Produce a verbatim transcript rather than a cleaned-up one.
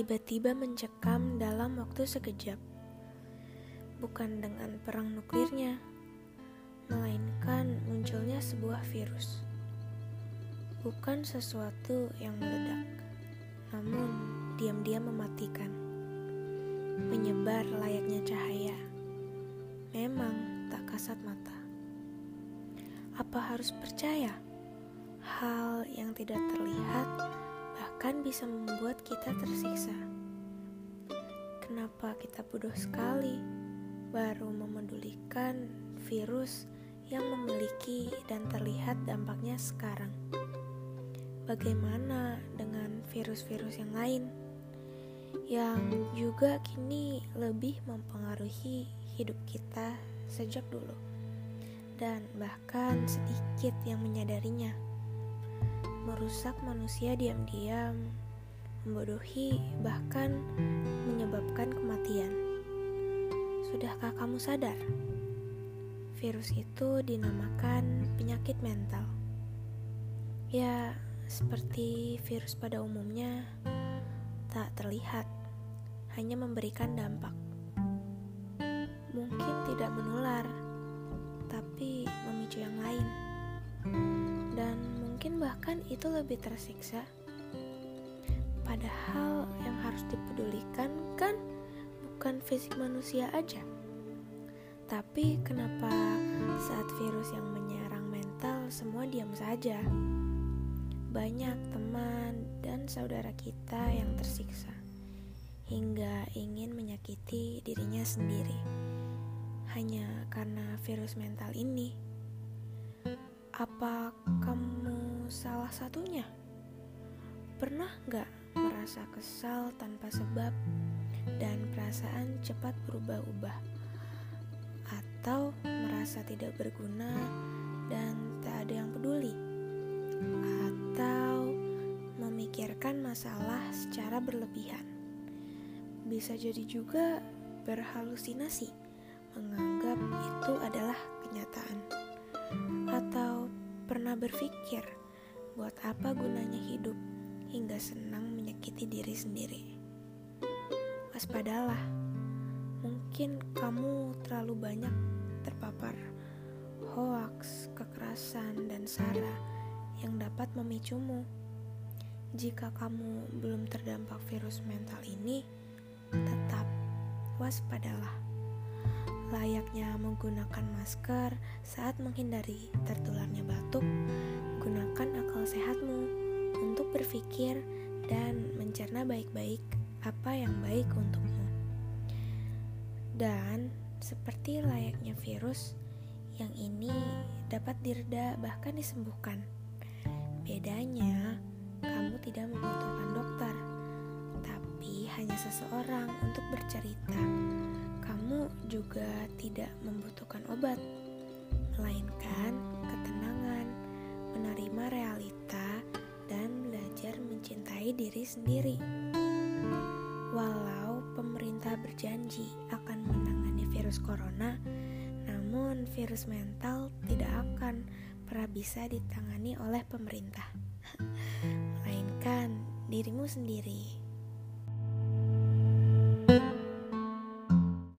tiba-tiba mencekam dalam waktu sekejap. Bukan dengan perang nuklirnya, melainkan munculnya sebuah virus. Bukan sesuatu yang meledak, namun diam-diam mematikan. Menyebar layaknya cahaya. Memang tak kasat mata. Apa harus percaya? Hal yang tidak terlihat bahkan bisa membuat kita tersiksa. Kenapa kita bodoh sekali baru memedulikan virus yang memiliki dan terlihat dampaknya sekarang? Bagaimana dengan virus-virus yang lain yang juga kini lebih mempengaruhi hidup kita sejak dulu, dan bahkan sedikit yang menyadarinya, merusak manusia diam-diam, membodohi, bahkan menyebabkan kematian. Sudahkah kamu sadar? Virus itu dinamakan penyakit mental. Ya, seperti virus pada umumnya, tak terlihat, hanya memberikan dampak. Mungkin tidak menular, tapi memicu yang lain. Dan mungkin bahkan itu lebih tersiksa. Padahal yang harus dipedulikan kan bukan fisik manusia aja. Tapi kenapa saat virus yang menyerang mental semua diam saja? Banyak teman dan saudara kita yang tersiksa hingga ingin menyakiti dirinya sendiri hanya karena virus mental ini. Apa kamu salah satunya? Pernah gak merasa kesal tanpa sebab dan perasaan cepat berubah-ubah? Atau merasa tidak berguna dan tak ada yang peduli? Atau memikirkan masalah secara berlebihan? Bisa jadi juga berhalusinasi, menganggap itu adalah kenyataan. Atau pernah berpikir, buat apa gunanya hidup, hingga senang menyakiti diri sendiri. Waspadalah, mungkin kamu terlalu banyak terpapar hoaks, kekerasan, dan sara yang dapat memicumu. Jika kamu belum terdampak virus mental ini, tetap waspadalah. Layaknya menggunakan masker saat menghindari tertularnya batuk, gunakan akal sehatmu untuk berpikir dan mencerna baik-baik apa yang baik untukmu. Dan seperti layaknya virus, yang ini dapat direda bahkan disembuhkan. Bedanya, kamu tidak membutuhkan dokter, tapi hanya seseorang untuk bercerita. Kamu juga tidak membutuhkan obat, melainkan ketenangan, menerima realita, dan belajar mencintai diri sendiri. Walau pemerintah berjanji akan menangani virus corona, namun virus mental tidak akan pernah bisa ditangani oleh pemerintah, melainkan dirimu sendiri.